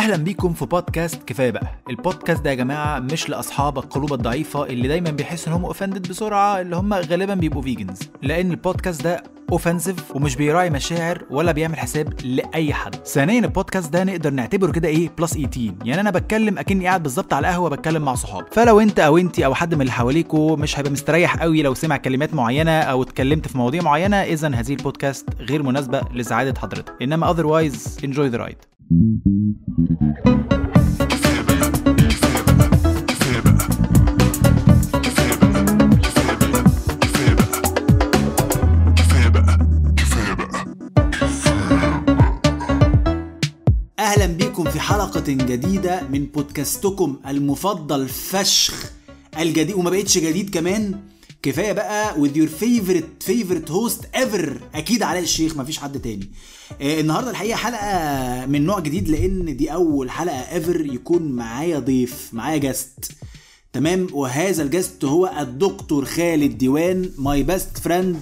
اهلا بيكم في بودكاست كفايه بقى. البودكاست ده يا جماعه مش لاصحاب القلوب الضعيفه اللي دايما بيحسوا انهم اوفندد بسرعه، اللي هم غالبا بيبقوا فيجنز، لان البودكاست ده اوفنسيف ومش بيراعي مشاعر ولا بيعمل حساب لاي حد. ثانيا البودكاست ده نقدر نعتبره كده ايه بلس 18، يعني انا بتكلم اكني قاعد بالظبط على القهوه بتكلم مع صحابي. فلو انت او انتي او حد من اللي حواليكوا مش هيبقى مستريح قوي لو سمع كلمات معينه او اتكلمت في مواضيع معينه، اذا هذه البودكاست غير مناسبه لسعاده حضرتك، انما otherwise enjoy the ride. اهلا بيكم في حلقة جديدة من بودكاستكم المفضل فشخ الجديد، وما بقيتش جديد كمان، كفاية بقى with your favorite host ever، اكيد علاء الشيخ، مفيش حد تاني. النهاردة الحقيقة حلقة من نوع جديد، لان دي اول حلقة ever يكون معايا ضيف، معايا جاست، تمام. وهذا الجاست هو الدكتور خالد ديوان، my best friend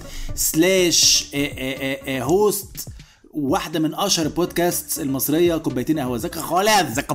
/ host واحدة من أشهر البودكاست المصرية، كوبايتين قهوة. ازيك يا خالد؟ ازيك يا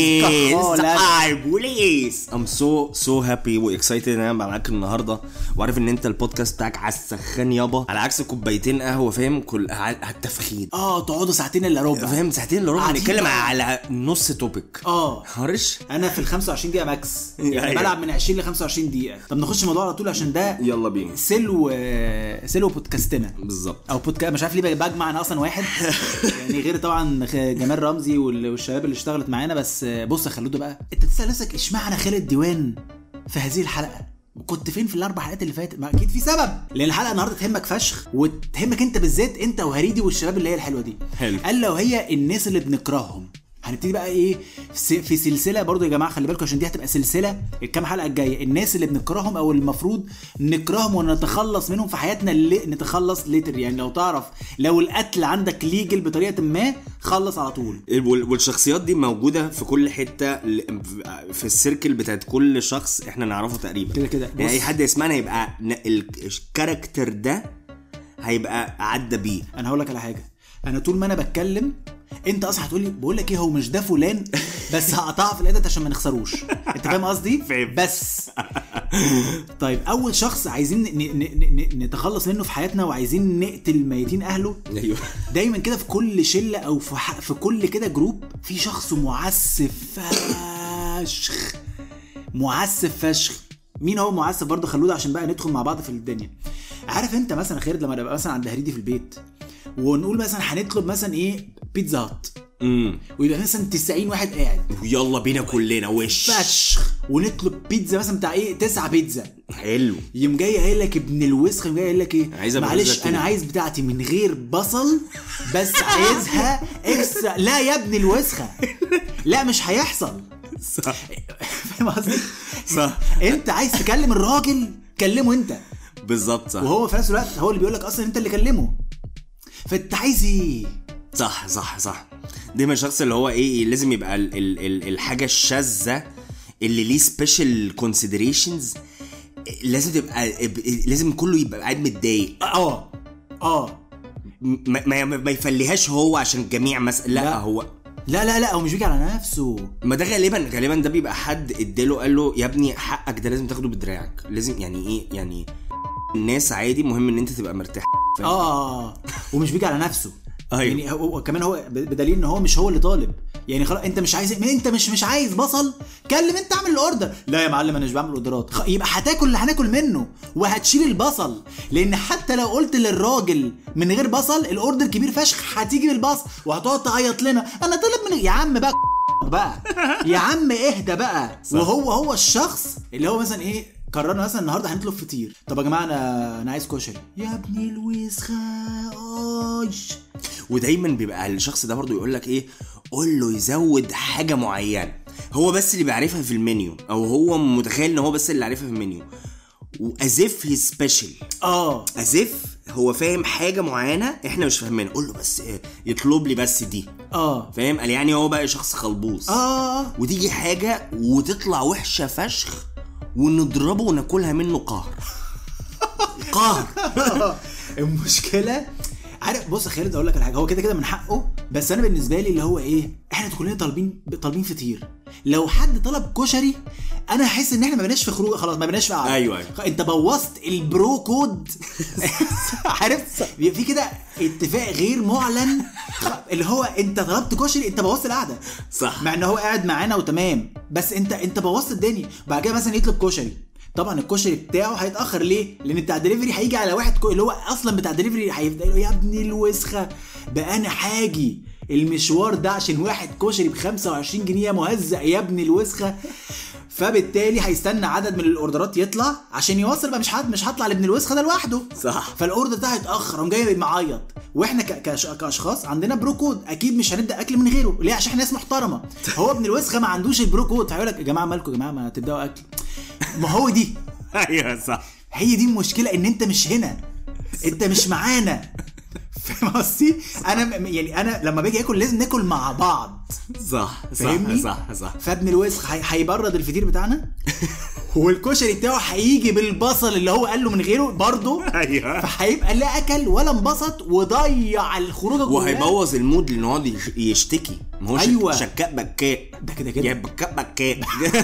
بوليس؟ I'm so happy و excited ان انا معاك النهارده، وعارف ان انت البودكاست بتاعك على السخان يابا، على عكس كوبايتين قهوة، فاهم؟ كل على التفخيد. تقعدوا ساعتين الا ربع، فاهم؟ ساعتين الا ربع نتكلم على نص توبيك. هرش انا في ال 25 دقيقة ماكس، يعني بلعب من 20 ل 25 دقيقة. طب نخش الموضوع على طول عشان ده يلا بينا. سلو بودكاستنا بالظبط، او بودكاست مش عارف ليه بجمع انا اصلا واحد يعني غير طبعا جمال رمزي والشباب اللي اشتغلت معانا. بس بص يا خلودة بقى، انت تسأل نفسك اشمعنى خالد ديوان في هذه الحلقة؟ كنت فين في الاربع حلقات اللي فاتت؟ ما اكيد في سبب، لان الحلقه النهارده تهمك فشخ، وتهمك انت بالذات، انت وهريدي والشباب اللي هي الحلوه دي. قال لو هي الناس اللي بنكرههم. هنبتدي بقى ايه في سلسله برضو يا جماعه، خلي بالكم عشان دي هتبقى سلسله الكام حلقه الجايه، الناس اللي بنكرههم او المفروض نكرههم ونتخلص منهم في حياتنا، اللي نتخلص ليتر. يعني لو تعرف لو القتل عندك ليجل بطريقه ما، خلص على طول. والشخصيات دي موجوده في كل حته في السيركل بتاعت كل شخص احنا نعرفه تقريبا كده. يعني اي حد يسمعنا يبقى الكاركتر ده هيبقى عدى بيه. انا هقول لك على حاجه، انا طول ما انا بتكلم انت اصلا هتقول لي بقول لك ايه، هو مش ده فلان، بس هقطعها في الادت عشان ما نخسروش. انت فاهم قصدي؟ بس طيب، اول شخص عايزين نتخلص منه في حياتنا وعايزين نقتل ميتين اهله. ايوه، دايما كده في كل شله او في كل كده جروب في شخص معسف فشخ. مين هو معسف برضه خلوده عشان بقى ندخل مع بعض في الدنيا؟ عارف انت مثلا خالد لما نبقى مثلا عند هريدي في البيت ونقول مثلا هنطلب مثلا ايه بيتزا هات، ويبقى مثلا 90 واحد قاعد ويلا بينا كلنا وش فشخ، ونطلب بيتزا مثلا بتاع ايه 9 بيتزا حلو، يوم جاي قايل لك ابن الوسخ، يوم جاي قايل لك ايه معلش انا عايز بتاعتي من غير بصل بس عايزها اكسترا. لا يا ابن الوسخه، لا مش هيحصل. صح، فاهم قصدي؟ صح. انت عايز تكلم الراجل كلمه انت بالظبط، صح. وهو في نفس الوقت هو اللي بيقول لك اصلا انت اللي كلمه، فانت عايز ايه؟ صح. دايما الشخص اللي هو ايه لازم يبقى الحاجه الشاذه اللي ليه سبيشال كونسيدريشنز، لازم كله يبقى قاعد متضايق. ما يفليهاش هو عشان الجميع مثلا. لا هو لا هو مش بيجي على نفسه. ما ده غالبا ده بيبقى حد اداله قال له يا ابني حقك ده لازم تاخده بدراعك، لازم يعني ايه يعني الناس عادي، مهم ان انت تبقى مرتاح. ومش بيجي على نفسه. أيوه. يعني هو كمان هو بدليل ان هو مش هو اللي طالب، يعني خلاص انت مش عايز، انت مش عايز بصل، كلم انت اعمل الاوردر. لا يا معلم انا مش بعمل اوردرات. يبقى هتاكل اللي هناكل منه وهتشيل البصل، لان حتى لو قلت للراجل من غير بصل الاوردر كبير فشخ هتيجي بالبصل وهتقعد تعيط لنا انا طالب من يا عم بقى يا عم اهدى بقى. وهو الشخص اللي هو مثلا ايه قررنا مثلا النهارده هنطلب فطير، طب يا جماعه انا عايز كشري يا ابني الوسخه. ودايما بيبقى الشخص ده برضو يقول لك ايه، قول له يزود حاجه معينه هو بس اللي بيعرفها في المنيو، او هو متخيل ان هو بس اللي عارفها في المنيو، وازف هي سبيشال. ازف هو فاهم حاجه معينه احنا مش فاهمينها، قول له بس يطلب لي بس دي. فاهم؟ قال يعني هو بقى شخص خلبوص. وتيجي حاجه وتطلع وحشه فشخ ونضربه وناكلها منه قهر. المشكله عارف، بص يا خالد اقول لك على حاجه، هو كده من حقه بس انا بالنسبه لي اللي هو ايه، احنا كلنا طالبين فطير، لو حد طلب كشري انا هحس ان احنا ما بقناش في خروج خلاص، ما بقناش في قعده. أيوة. انت بوظت البرو كود. عارف في كده اتفاق غير معلن، اللي هو انت طلبت كشري انت بوظت القعده. صح. مع ان هو قاعد معانا وتمام، بس انت بوظت الدنيا. بعد كده مثلا يطلب كشري، طبعا الكشري بتاعه هيتاخر ليه؟ لان بتاع دليفري هيجي على واحد اللي هو اصلا بتاع دليفري هيبدا يقول يا ابني الوسخه بقى انا حاجي المشوار ده عشان واحد كشري ب25 جنيه مهزأ يا ابني الوسخه. فبالتالي هيستنى عدد من الاوردرات يطلع عشان يوصل بقى، مش هطلع لابن الوسخه ده لوحده. صح. فالاوردر ده هيتاخر وجاي معيط، واحنا كاشخاص عندنا برو كود، اكيد مش هنبدا اكل من غيره ليه؟ عشان احنا ناس محترمه. هو ابن الوسخه ما عندوش البرو كود، هيقول لك يا جماعه مالكم يا جماعه ما تبداوا اكل. ما هو دي ايوه صح، هي دي المشكله، ان انت مش هنا، انت مش معانا. فاهم قصدي؟ انا لما باجي اكل لازم ناكل مع بعض. صح فاهمني؟ صح. فابن الوسخ هيبرد الفطير بتاعنا والكشري بتاعه هيجي بالبصل اللي هو قال له من غيره برضه. ايوه. فهيبقى لا اكل ولا انبسط وضيع الخروجه كلها، وهيبوظ المود لانه يقعد يشتكي. ما هو أيوة. شكاء بكاء ده كده يا بكاء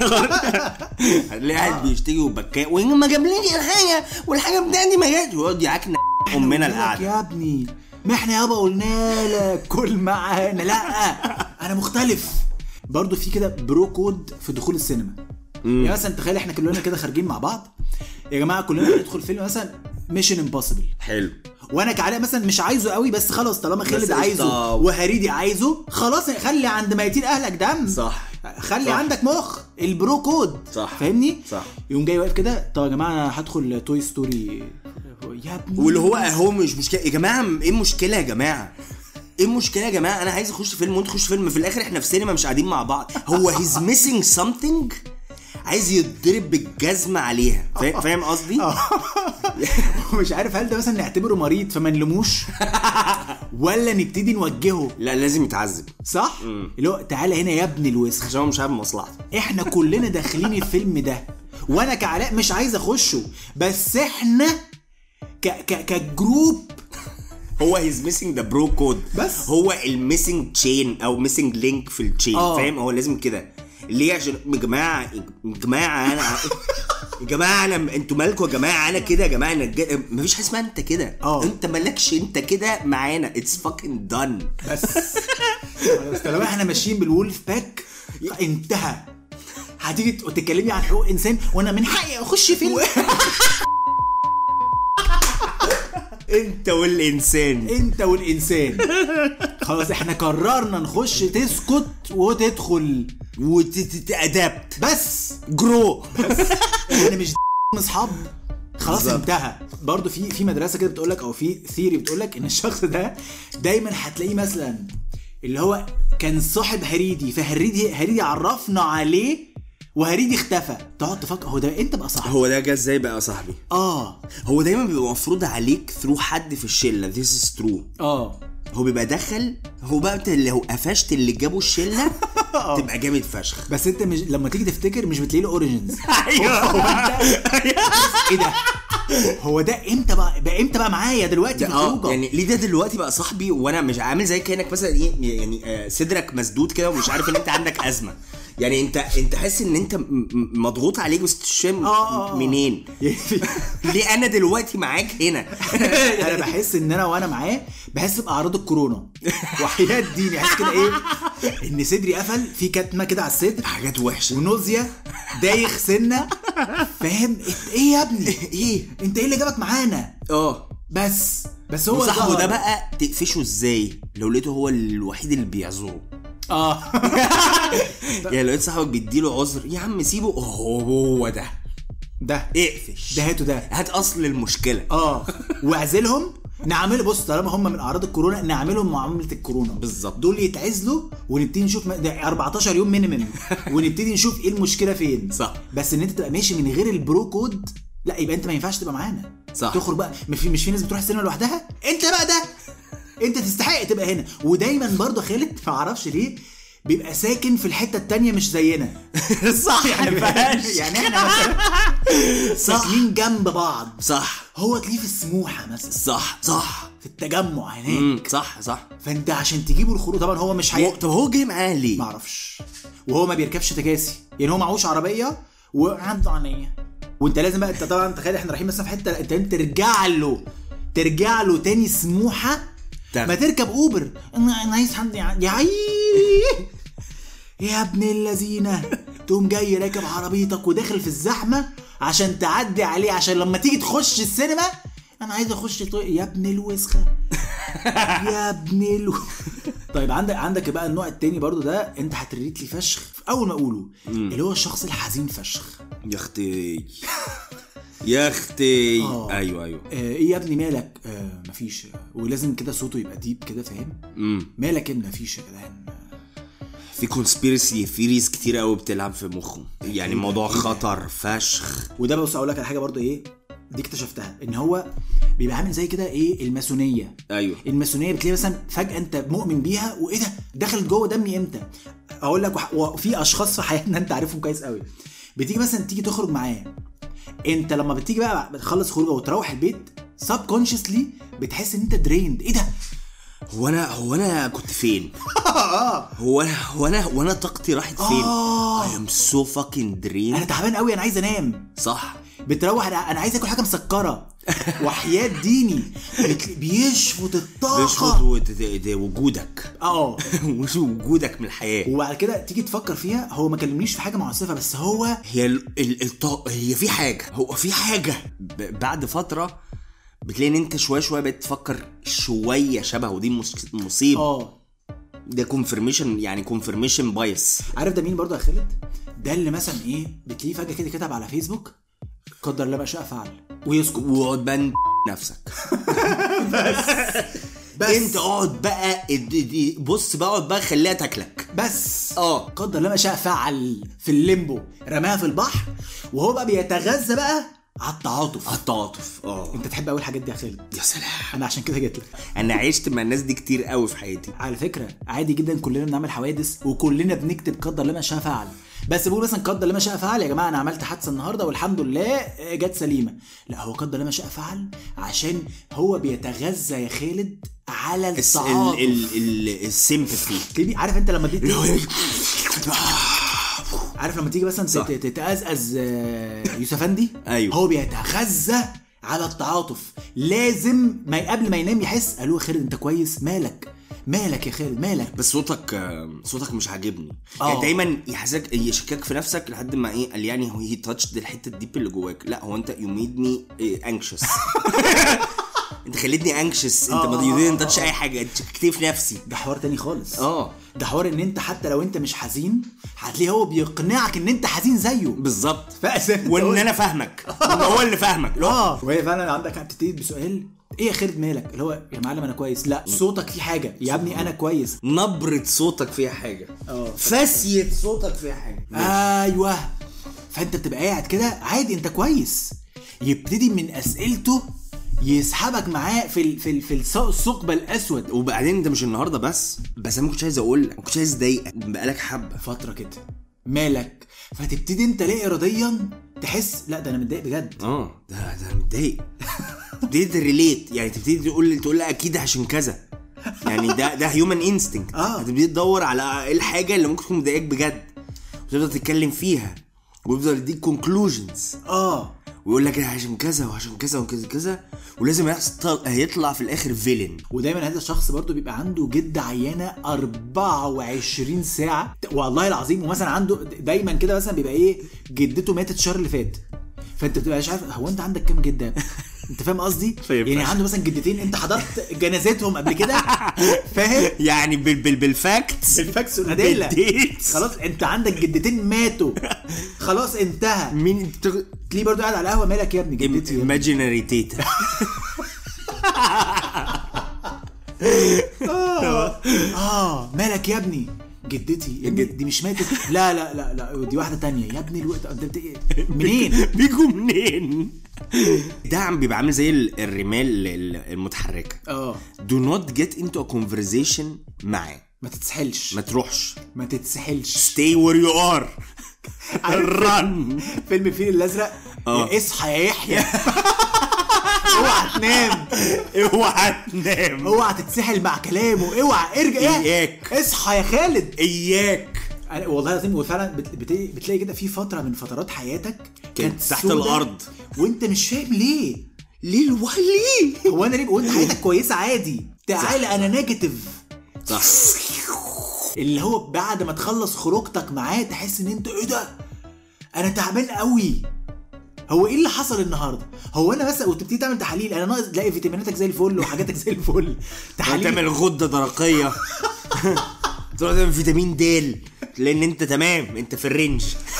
هتلاقي قاعد بيشتكي وبكاء وما جابليش الحاجه والحاجه بتاعتي ما جاتش، ويقعد يعكن امنا القعده. يا ابني ما احنا يابا قلنا لك كل معانا، لا انا مختلف. برضو في كده برو كود في دخول السينما. يعني مثلا تخيل احنا كلنا كده خارجين مع بعض، يا جماعه كلنا هندخل فيلم مثلا ميشن امبوسيبل، حلو، وانا كعلاء مثلا مش عايزه قوي، بس خلاص طالما خالد عايزه وهريدي عايزه خلاص، خلي عند ميتين اهلك دم. صح. خلي صح. عندك مخ، البرو كود. صح. فاهمني؟ صح. يوم جاي واقف كده، طب يا جماعه انا هدخل توي ستوري يا ابني، واللي هو مش مشكله يا جماعه، ايه المشكله يا جماعه؟ ايه المشكله يا جماعه؟ انا عايز اخش فيلم وانت تخش فيلم، في الاخر احنا في سينما مش قاعدين مع بعض. هو he's missing something، عايز يتضرب بالجزمه عليها. فاهم قصدي؟ مش عارف هل ده مثلا نعتبره مريض فما نلموش ولا نبتدي نوجهه؟ لا لازم يتعذب. صح. اللي هو تعالى هنا يا ابن الوسخ، عشان هو مش عارف مصلحته. احنا كلنا داخلين الفيلم ده، وانا كعلاء مش عايز اخشه، بس احنا كجروب هو he's missing the bro code، بس هو الميسنج تشين او ميسنج لينك في التشين. فاهم؟ هو لازم كده. ليه؟ عشان يا جماعه انا يا جماعه انا انتوا مالكوا يا جماعه؟ انا كده يا جماعه، مفيش حاجه اسمها انت كده. انت مالكش، انت كده معانا. اتس fucking done. بس طالما احنا ماشيين بالولف باك انتهى. هتيجي تتكلمي عن حقوق انسان وانا من حقي اخش فيلم؟ انت والانسان خلاص احنا قررنا نخش، تسكت وتدخل وتتأدبت بس جرو. بس احنا مش اصحاب خلاص بالزبط. انتهى. برضو في مدرسه كده بتقولك، او في ثيري بتقولك ان الشخص ده دايما هتلاقيه مثلا اللي هو كان صاحب هريدي، فهريدي عرفنا عليه وهريدي اختفى، تقعد تفكر هو ده انت بقى صاحبي، هو ده جه ازاي بقى صاحبي؟ هو دايما بيبقى مفروض عليك ثرو حد في الشله. this is true. هو بيبقى دخل، هو بقى انت اللي هو قفشت اللي جابوا الشله تبقى جامد فشخ. بس انت مش لما تيجي تفتكر مش بتلاقي له اوريجينز. ايوه ايه ده؟ هو ده امتى بقى معايا دلوقتي في الخروجه؟ يعني ليه ده دلوقتي بقى صاحبي وانا مش عامل زي كانك مثلا ايه يعني صدرك مسدود كده ومش عارف ان انت عندك ازمه. يعني انت حاسس ان انت مضغوط عليك بس تشم منين؟ ليه انا دلوقتي معاك هنا؟ انا بحس ان انا وانا معاه بحس باعراض الكورونا وحياة دين. حاسس كده ايه، ان صدري قفل، في كتمه كده على الصدر، حاجات وحشه ونوزيا دايخ سنه. فاهم ايه يا ابني؟ ايه انت ايه اللي جابك معانا؟ بس هو صاحبه ده بقى تقفشه ازاي لو لقيته هو الوحيد اللي بيعذره؟ يعني لو لقيت صاحبك بيديله عذر، يا عم سيبه، هو ده اقفش، ده هات اصل المشكله. واعزلهم، نعمله. بص طالما هم من اعراض الكورونا نعملهم معامله الكورونا بالظبط. دول يتعزلوا ونبتدي نشوف ده 14 يوم مينيمم ونبتدي نشوف ايه المشكله فين. صح. بس ان انت تبقى ماشي من غير البرو كود، لا يبقى انت ما ينفعش تبقى معانا. صح. تخرج بقى، مش في ناس بتروح السينما لوحدها، انت بقى ده انت تستحق تبقى هنا. ودايما برضو خالد ما اعرفش ليه بيبقى ساكن في الحته التانية مش زينا. صح يعني احنا مثلا ساكنين جنب بعض، صح. هو تلاقيه في السموحه مثلا، صح في التجمع هناك. صح. فانت عشان تجيبه الخروج طبعا هو مش طب هو جاي معاه ليه؟ ما اعرفش. وهو ما بيركبش تكاسي، يعني هو معهوش عربيه وعنده عينيه، وانت لازم بقى، انت طبعا تخيل احنا رايحين مثلا في حته، انت ترجع له تاني سموحه، ما تركب اوبر. انا عايز حد يا ابن اللذينه، تقوم جاي راكب عربيتك وداخل في الزحمه عشان تعدي عليه، عشان لما تيجي تخش السينما انا عايز اخش يا ابن الوسخه. يا ابن طيب عندك بقى النوع التاني برضو، ده انت هتريت لي فشخ اول ما اقوله، اللي هو الشخص الحزين فشخ. يا اختي يا اختي. ايوه ايه يا ابني مالك؟ مفيش. ولازم كده صوته يبقى ديب كده، فاهم؟ مالك يا ابني؟ مفيش يا جدعان. في كونسبيرسي ثيوريز كتير قوي بتلعب في مخه، يعني موضوع خطر فشخ. وده بص اقول لك على حاجه برضو، ايه دي اكتشفتها، ان هو بيبقى عامل زي كده ايه، الماسونيه. ايوه، الماسونيه بتلاقي مثلا فجاه انت مؤمن بيها، وايه ده دخلت جوه دمي امتى؟ اقول لك، وفي اشخاص في حياتنا انت عارفهم كويس قوي، بتيجي مثلا تيجي تخرج معاه، انت لما بتيجي بقى بتخلص خروجه وتروح البيت سب كونشسلي بتحس ان انت دريند. ايه ده؟ هو انا كنت فين؟ هو انا طاقتي راحت فين؟ I am so fucking drained. انا تعبان قوي، انا عايز انام. صح. بتروح انا عايز اكل حاجه مسكره وحياة ديني بيشفط الطاقه، وجودك مش وجودك من الحياه. وبعد كده تيجي تفكر فيها، هو ما كلمنيش في حاجه معصفه، بس هو هي في حاجه، هو في حاجه بعد فتره بتلاقي ان انت شويه بقيت تفكر شويه شبه، ودي مصيبه. ده كونفيرميشن، يعني كونفيرميشن بايس. عارف ده مين برضه يا خالد؟ ده اللي مثلا ايه، بتلاقيه فجاه كده كتب على فيسبوك قدر الله ما شاء فعل، ويسكت وقعد بقى نفسك. بس انت اقعد بقى بص بقى، اقعد بقى خليها تاكلك بس. قدر الله ما شاء فعل في الليمبو، رماها في البحر، وهو بقى بيتغذى بقى على التعاطف. انت تحب اول حاجات دي يا خالد؟ يا سلام، انا عشان كده جيت لك. انا عشت مع الناس دي كتير قوي في حياتي على فكره. عادي جدا، كلنا بنعمل حوادث وكلنا بنكتب قدر الله ما شاء فعل، بس بقول مثلا قدر الله ما شاء فعل يا جماعه انا عملت حادثه النهارده والحمد لله جت سليمه. لا، هو قدر الله ما شاء فعل عشان هو بيتغذى يا خالد على التعاطف، السيمباثي. عارف انت لما عارف لما تيجي مثلا تتأزأز يوسف أندي؟ أيوه. هو بيتغذى على التعاطف، لازم ما قبل ما ينام يحس قالوا يا خالد انت كويس؟ مالك يا خالد مالك؟ بس صوتك مش عاجبني. يعني دايما يحسسك يشكك في نفسك لحد ما ايه قال، يعني هو هي تاتش الحته الديب اللي جواك. لا، هو انت يو ميد مي انكشس. انت خليتني انكشس. انت ما يودين تاتش اي حاجه، انت شككتني في نفسي. ده حوار تاني خالص. ده حوار ان انت حتى لو انت مش حزين هتلاقيه هو بيقنعك ان انت حزين زيه بالظبط، وان انا فاهمك، هو اللي فاهمك. وهي فعلا عندك هتبتدي بسؤال ايه يا خالد مالك، اللي هو يا معلم انا كويس. لا، صوتك فيه حاجه يا ابني، انا كويس. نبره صوتك فيها حاجه، فاسيه صوتك فيها حاجه. ايوه. فانت بتبقى قاعد كده عادي انت كويس، يبتدي من اسئلته يسحبك معاه في الثقب الاسود. وبعدين انت مش النهارده بس انا ما كنتش عايز اقول لك، ما كنتش عايز اضايقك بقالك حبه فتره كده. مالك؟ فتبتدي انت لا اراديا تحس لا ده انا متضايق بجد. ده انا متضايق. تبتدي ريليت، يعني تبتدي تقول لا اكيد عشان كذا، يعني ده هيومن انستنكت. هتبتدي تدور على ايه الحاجه اللي ممكن تكون مضايقك بجد، وتبدا تتكلم فيها، ويفضل يديك كونكلوجنز. ويقول لك عشان كذا وعشان كذا وكذا كذا، ولازم هيطلع في الاخر فيلن. ودايما هذا الشخص برضو بيبقى عنده جدة عيانة 24 ساعة والله العظيم. ومثلا عنده دايما كده مثلا بيبقى ايه، جدته ماتت الشهر اللي فات، فانت بتبقى مش عارف هو انت عندك كام جدة. انت فاهم قصدي؟ يعني عنده مثلا جدتين انت حضرت جنازتهم قبل كده، فاهم؟ يعني بالفاكتس والادله خلاص انت عندك جدتين ماتوا، خلاص انتهى. مين تلاقيه برضو قاعد على القهوه، مالك يا ابني؟ جدتي imaginary تيتا. مالك يا ابني؟ جدتي دي مش ماتت. لا لا لا لا، دي واحده تانية يا ابني. الوقت انت منين بيجوا منين؟ ده عم بيبقى عامل زي الرمال المتحركه. do not get into a conversation معاه. ما تتسحلش، ما تروحش، ما تتسحلش. stay where you are. run. فيلم الفيل الازرق. يا اصحى يا يحيى. اوعى تنام، اوعى تنام، اوعى تتسحل مع كلامه، اوعى ارجع، اياك اصحى يا خالد، اياك. والله العظيم. وفعلا بتلاقي كده في فتره من فترات حياتك كانت تحت الارض وانت مش فاهم ليه هو انا ليه، وانت حياتك كويسه عادي، تعالى انا نيجاتيف. صح. اللي هو بعد ما تخلص خروجتك معاه تحس ان انت ايه ده، انا تعبان قوي، هو ايه اللي حصل النهارده، هو انا بس وتبتدي تعمل تحاليل، انا ناقص تلاقي فيتاميناتك زي الفل وحاجاتك زي الفل، تحاليل تعمل غده درقيه، تروح تعمل فيتامين د، لان انت تمام، انت في الرينج.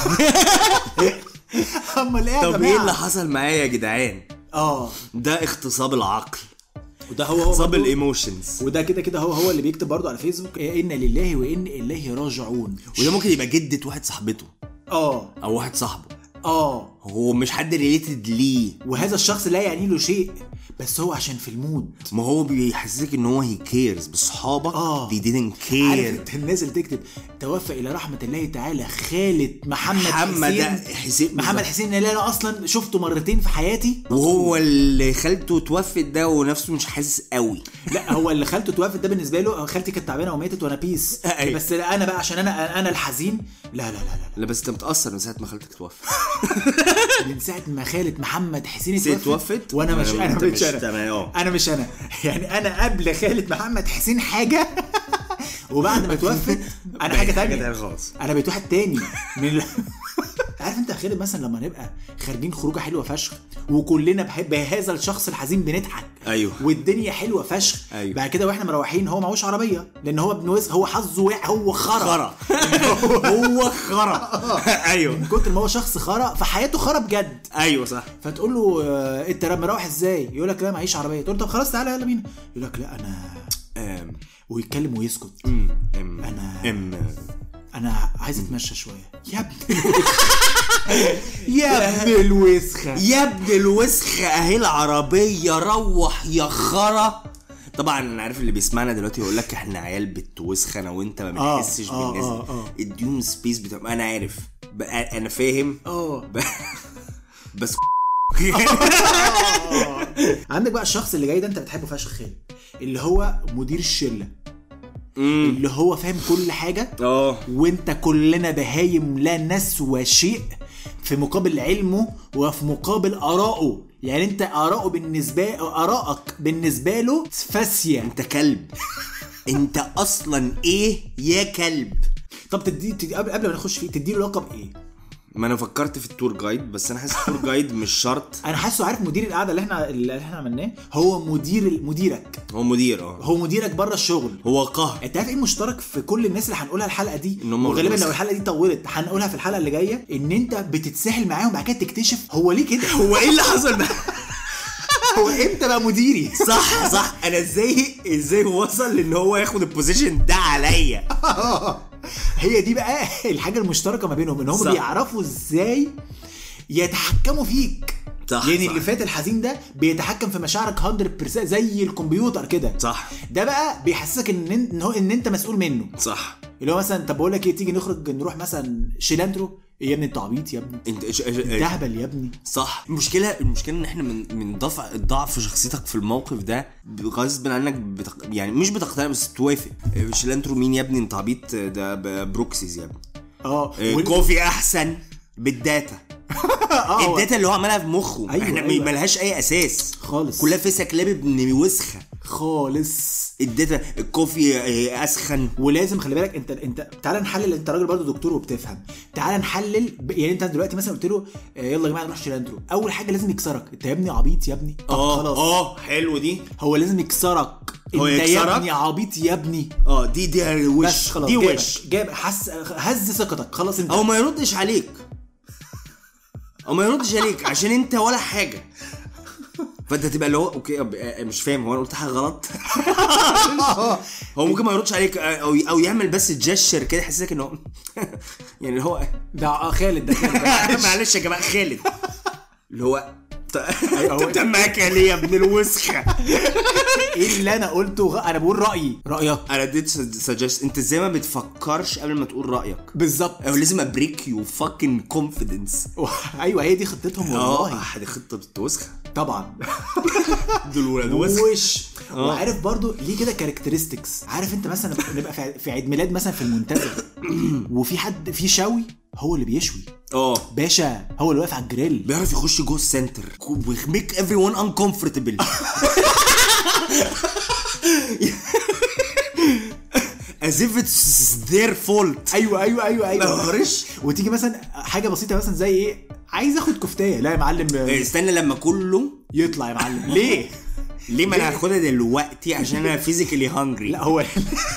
امال ايه يا جماعه؟ طب ايه اللي حصل معايا يا جدعان؟ ده اغتصاب العقل، وده هو اغتصاب الايموشنز، وده كده هو اللي بيكتب برضو على فيسبوك إنا لله وإنا إليه راجعون. وده ممكن يبقى جدة واحد صاحبته او واحد صاحبه، هو مش حد ريليتد ليه، وهذا الشخص لا يعني له شيء، بس هو عشان في المود، ما هو بيحسسك ان هو هي كيرز، بصحابك they didn't care. عارف الناس اللي تكتب توفى الى رحمه الله تعالى خالد محمد حسين اللي انا اصلا شفته مرتين في حياتي، وهو اللي خالته توفت ده ونفسه مش حاسس قوي. لا هو اللي خالته توفت ده بالنسبه له خالتي كانت تعبانه وماتت وانا بيس. بس انا بقى عشان انا الحزين، لا بس انت متاثر من ساعه ما خالتك توفت. من ساعه ما خالد محمد حسين توفت وانا مش انا يعني انا قبل خالد محمد حسين حاجه، وبعد ما توفت انا حاجه تانية خالص، انا بقيت واحد تاني من عارف انت يا خالد مثلا لما نبقى خارجين خروجه حلوه فشخ وكلنا بحب هذا الشخص الحزين بنضحك، والدنيا حلوه فشخ، بعد كده واحنا مروحين هو معهوش عربيه لان هو ابن وسخ، هو حظه هو خرا هو خرا. من كتر ما هو شخص خرا فحياته خرا بجد. صح. فتقول له انت مروح ازاي، يقول لك لا معيش عربيه، تقول له طب خلاص تعالى يلا بينا، يقول لك لا انا ويتكلم ويسكت، انا عايز اتمشى شويه يا ابني. يا ابن الوسخه اهي العربيه، روح يا خرا. طبعا انا عارف اللي بيسمعنا دلوقتي يقول لك احنا عيال بتوسخ انا وانت ما بنحسش بالناس، اديهم سبيس بتاع، انا عارف انا فاهم بس. عندك بقى الشخص اللي جاي ده انت بتحبه فشخ خالد، اللي هو مدير الشله، اللي هو فاهم كل حاجه، وانت كلنا بهايم لا نسوى شيء في مقابل علمه وفي مقابل آرائه، يعني انت آرائك بالنسبه له فاسيه، انت كلب. انت اصلا ايه يا كلب؟ طب قبل ما نخش فيه تديله لقب ايه؟ ما انا فكرت في التور جايد، بس انا حاسس التور جايد مش شرط. انا حاسه عارف مدير القعده اللي احنا عملناه، هو مديرك، هو مدير هو مديرك بره الشغل، هو قهر. انت عارف ايه المشترك في كل الناس اللي هنقولها الحلقه دي، وغالبا لو الحلقه دي طولت هنقولها في الحلقه اللي جايه، ان انت بتتسحل معاهم بعد كده تكتشف هو ليه كده، هو ايه اللي حصل ده، هو امتى بقى مديري. صح. انا ازاي وصل ان هو ياخد البوزيشن ده عليا. هي دي بقى الحاجه المشتركه ما بينهم، ان هم بيعرفوا ازاي يتحكموا فيك. يعني اللي فات الحزين ده بيتحكم في مشاعرك 100% زي الكمبيوتر كده. صح. ده بقى بيحسسك ان انت مسؤول منه. صح. اللي هو مثلا طب بقول لك ايه، تيجي نروح مثلا شيلانترو، يا ابني انت عبيط يا ابني، انت تهبل يا ابني. صح. المشكله ان احنا من الضعف في شخصيتك في الموقف ده غصب عنك يعني مش بتقتنع بس توافق. شيلانترو مين يا ابني، انت عبيط، ده بروكسيز يا ابني. كوفي احسن بالداتا. الداتا اللي هو عملها في مخه. احنا ملهاش اي اساس خالص، كلها فيسا كلاب ابن وسخه خالص. الداتا الكوفي اسخن. ولازم خلي بالك انت تعال نحلل، انت راجل برضو دكتور وبتفهم، تعال نحلل. يعني انت دلوقتي مثلا قلت له يلا يا جماعه نروح شيلانترو، اول حاجه لازم يكسرك، انت يا ابني عبيط يا ابني. خلاص حلو دي، هو لازم يكسرك، انت يا ابني عبيط يا ابني. دي وش، دي وش جاب هز ثقتك خلاص. انت او ما يردش عليك عشان انت ولا حاجه، فانت تبقى اللي هو اوكي مش فاهم هو انا قلت حاجه غلط. هو ممكن ما يردش عليك او يعمل بس جيستشر كده يحسسك ان هو يعني اللي هو ده خالد ده معلش يا جماعه خالد اللي هو انت بتعمل ليه يا ابن الوسخه؟ ايه اللي انا قلته؟ انا بقول رايك. انا اديت سجست. انت ازاي ما بتفكرش قبل ما تقول رايك؟ بالظبط. او لازم ابريك يو فاكين كونفيدنس. ايوه هي دي خطتهم والله. دي خطه وسخه طبعا. دول ولاد وسخ. وعارف برضو ليه كده كاركترستكس. عارف انت مثلا نبقى في عيد ميلاد مثلا في المنتزه وفي حد في شوي هو اللي بيشوي باشا، هو اللي واقف على الجريل، بيعرف يخش جوه السنتر ويخميك everyone uncomfortable. as if it's their fault. ايوه. وتيجي مثلا حاجه بسيطه مثلا زي ايه، عايز اخد كفتايه، لا يا معلم استنى لما كله يطلع يا معلم. ليه ما انا هاخدها دلوقتي عشان انا فيزيكالي هانجري. لا هو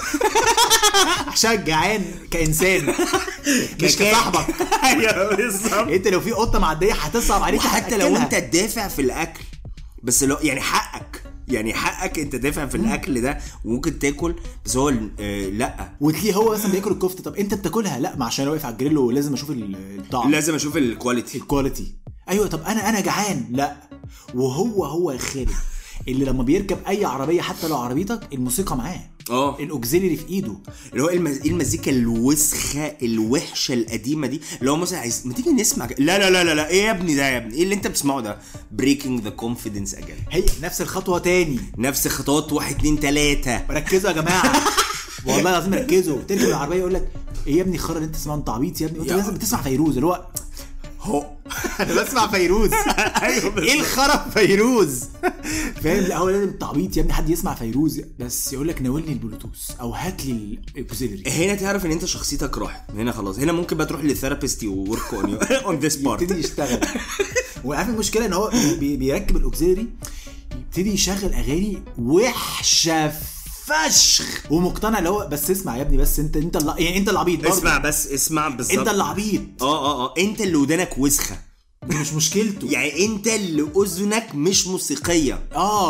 عشان جعان كإنسان مش كصاحبك. ايوه بالظبط. انت لو في قطه معديه هتصعب عليك، حتى لو انت دافع في الاكل، بس لو يعني حقك انت دافع في الاكل ده وممكن تاكل، بس هو لا. وتلاقيه هو مثلا بياكل الكفته، طب انت بتاكلها؟ لا، ما عشان واقف على الجريل ولازم اشوف الطعم، لازم اشوف الكواليتي. ايوه. طب انا جعان، لا. وهو الخالد اللي لما بيركب اي عربيه حتى لو عربيتك الموسيقى معاه، الاوكسيلري في ايده، اللي هو المزيكا الوسخه الوحشه القديمه دي، اللي هو مثلا عايز ما تيجي نسمع لا ايه يا ابني ده، يا ابني ايه اللي انت بتسمعه ده؟ breaking the confidence again. هي نفس الخطوه تاني، نفس خطوات 1 2 3. ركزوا يا جماعه. والله لازم ركزوا. تركب العربيه يقول لك ايه يا ابني الخرا اللي انت تسمعه؟ انت عبيط يا ابني، انت لازم بتسمع فيروز. اللي هو انا بسمع فيروز. ايه الخرا فيروز؟ فاهم؟ لا هو لازم تعبيط يا ابني حد يسمع فيروز بس يقول لك ناولني البلوتوث او هات لي الاوكسيلري. هنا تعرف ان انت شخصيتك راحت. هنا خلاص، هنا ممكن بقى تروح للثيرابيست وورك اون ذس بارت، يبتدي يشتغل. وعارف المشكله ان هو بيركب الاوكسيلري يبتدي يشغل اغاني وحشه فشخ ومقتنع اللي هو بس اسمع يا ابني، بس انت يعني انت اللي عبيط. اسمع بالظبط، انت اللي عبيط. انت اللي ودانك وسخه، مش مشكلته. يعني انت اللي اذنك مش موسيقيه.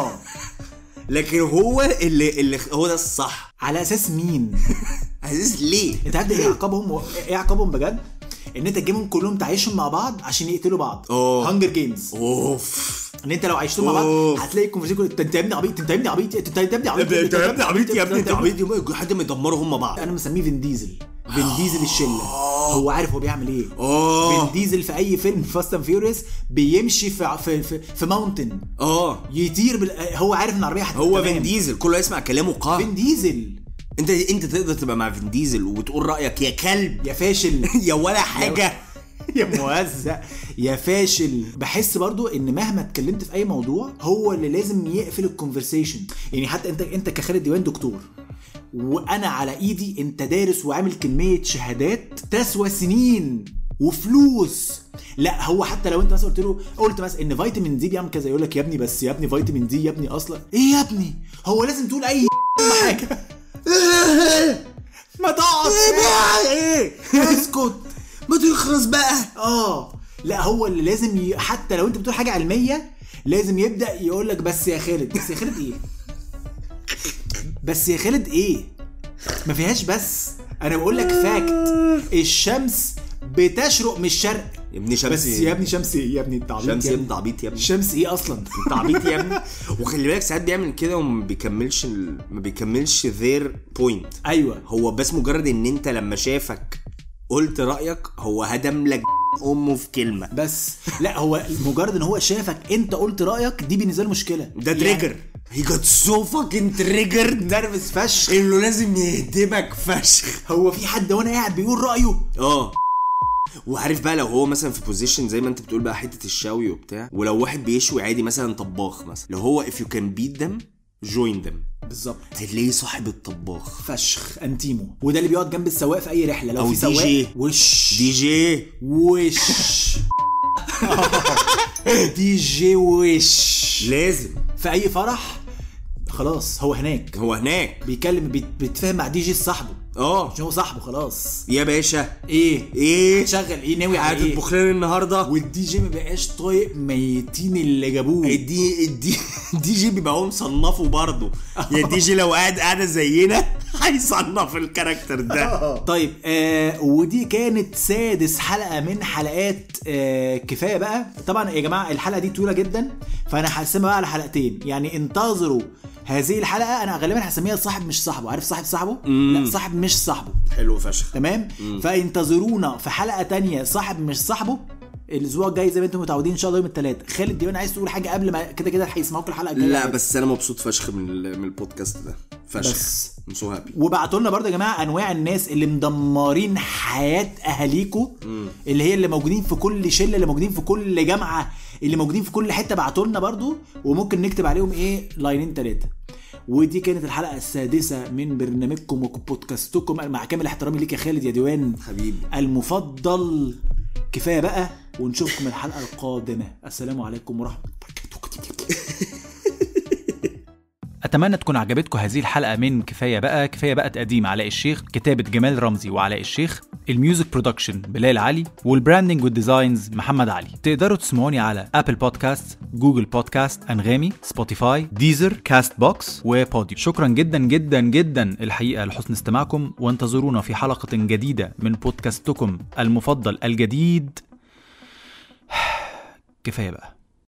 لكن هو اللي هو ده الصح. على اساس مين؟ على اساس ليه؟ انت عارف ايه عقابهم بجد؟ ان انت تجيبهم كلهم تعيشهم مع بعض عشان يقتلوا بعض. هانجر جيمز. ان انت لو عايشتهم مع بعض هتلاقي الكونفرسيشن انت يا ابني عبيط، انت يا ابني عبيط، انت يا ابني عبيط، انت يا ابني عبيط يا ابني، انت عبيط لحد ما يدمروا هم بعض. انا مسميه فين ديزل الشله. هو عارف هو بيعمل ايه. فين ديزل في اي فيلم فاست اند فيوريوس بيمشي في ماونتن يطير هو عارف ان العربيه هو فين ديزل كله يسمع كلامه. فين ديزل انت تقدر تبقى مع فين ديزل وتقول رايك يا كلب يا فاشل يا ولا حاجه يا موزع يا فاشل. بحس برضو ان مهما اتكلمت في اي موضوع هو اللي لازم يقفل الكونفرسيشن. يعني حتى انت كخالد ديوان دكتور وانا على ايدي انت دارس وعامل كميه شهادات تسوى سنين وفلوس. لا هو حتى لو انت مثلا قلت مثلا ان فيتامين دي بيعمل كذا يقول لك يا ابني بس يا ابني فيتامين دي يا ابني اصلا ايه يا ابني. هو لازم تقول اي حاجه. ما تقعد ايه اسكت ما تخرس بقى. لا هو اللي لازم حتى لو انت بتقول حاجه علميه لازم يبدا يقول لك بس يا خالد. بس يا خالد ايه؟ بس يا خالد ايه؟ ما فيهاش بس. انا بقول لك فاكت. الشمس بتشرق من الشرق يا ابني. شمس بس يا ابني شمس ايه يا ابني؟ انت عبيط. شمس يا ابني عبيط يا ابني. شمس ايه اصلا؟ انت عبيط يا ابني. وخلي بالك ساعات بيعمل كده وما بيكملش their point. ايوه هو بس مجرد ان انت لما شافك قلت رايك هو هدم لك امه في كلمه بس. لا هو مجرد ان هو شافك انت قلت رايك دي بالنسبه له مشكله. ده تريجر. he got so fucking triggered نرفز فشخ انه لازم يهدمك فشخ. هو في حد وانا قاعد بيقول رايه. وعارف بقى لو هو مثلا في بوزيشن زي ما انت بتقول بقى حته الشوي وبتاع، ولو واحد بيشوي عادي مثلا طباخ مثلا، لو هو if you can beat them join them بالظبط، هتلاقيه صاحب الطباخ فشخ انتيمو. وده اللي بيقعد جنب السواق في اي رحله. لو في سواق دي جي دي جي وش لازم في اي فرح خلاص هو هناك بيتكلم بيتفاهم مع دي جي صاحبه. عشان هو صاحبه خلاص يا باشا. ايه شغل ايه ناوي على ايه هتطبخ لنا النهارده؟ والدي جي ما بقاش طايق ميتين اللي جابوه. الدي جي بيبقى هو مصنفه برضه. يا الدي جي لو قاعده زينا هيصنف الكاركتر ده. طيب ودي كانت 6 حلقة من حلقات كفاية بقى. طبعا يا جماعة الحلقة دي طويلة جدا فانا هقسمها بقى على حلقتين، يعني انتظروا هذه الحلقة. انا غالبا هسميها صاحب مش صاحبه. عارف صاحبه؟ لا صاحب مش صاحبه. حلو فشخ. تمام. فانتظرونا في حلقة تانية صاحب مش صاحبه الاسبوع الجاي زي ما انتم متعودين ان شاء الله يوم الثلاث. خالد ديوان عايز تقول حاجة قبل ما كده هيسمعوك الحلقة الجاية؟ لا بس انا مبسوط فشخ من البودكاست ده فشخ. وبعتوا لنا برضه يا جماعه انواع الناس اللي مدمرين حياه اهاليكم، اللي هي اللي موجودين في كل شله، اللي موجودين في كل جامعه، اللي موجودين في كل حته. بعتوا لنا برضه وممكن نكتب عليهم ايه لاينين 3. ودي كانت الحلقه السادسة من برنامجكم وبودكاستكم مع كامل احترامي ليك يا خالد يا ديوان حبيبي المفضل. كفايه بقى ونشوفكم الحلقه القادمه. السلام عليكم ورحمه الله وبركاته. أتمنى تكون عجبتكم هذه الحلقة من كفاية بقى تقديم علاء الشيخ، كتابة جمال رمزي وعلاء الشيخ، الميوزك برودكشن بلال علي، والبراندنج والديزاينز محمد علي. تقدروا تسمعوني على أبل بودكاست، جوجل بودكاست، أنغامي، سبوتيفاي، ديزر، كاست بوكس وبوديو. شكرا جدا جدا جدا الحقيقة لحسن استماعكم، وانتظرونا في حلقة جديدة من بودكاستكم المفضل الجديد كفاية بقى.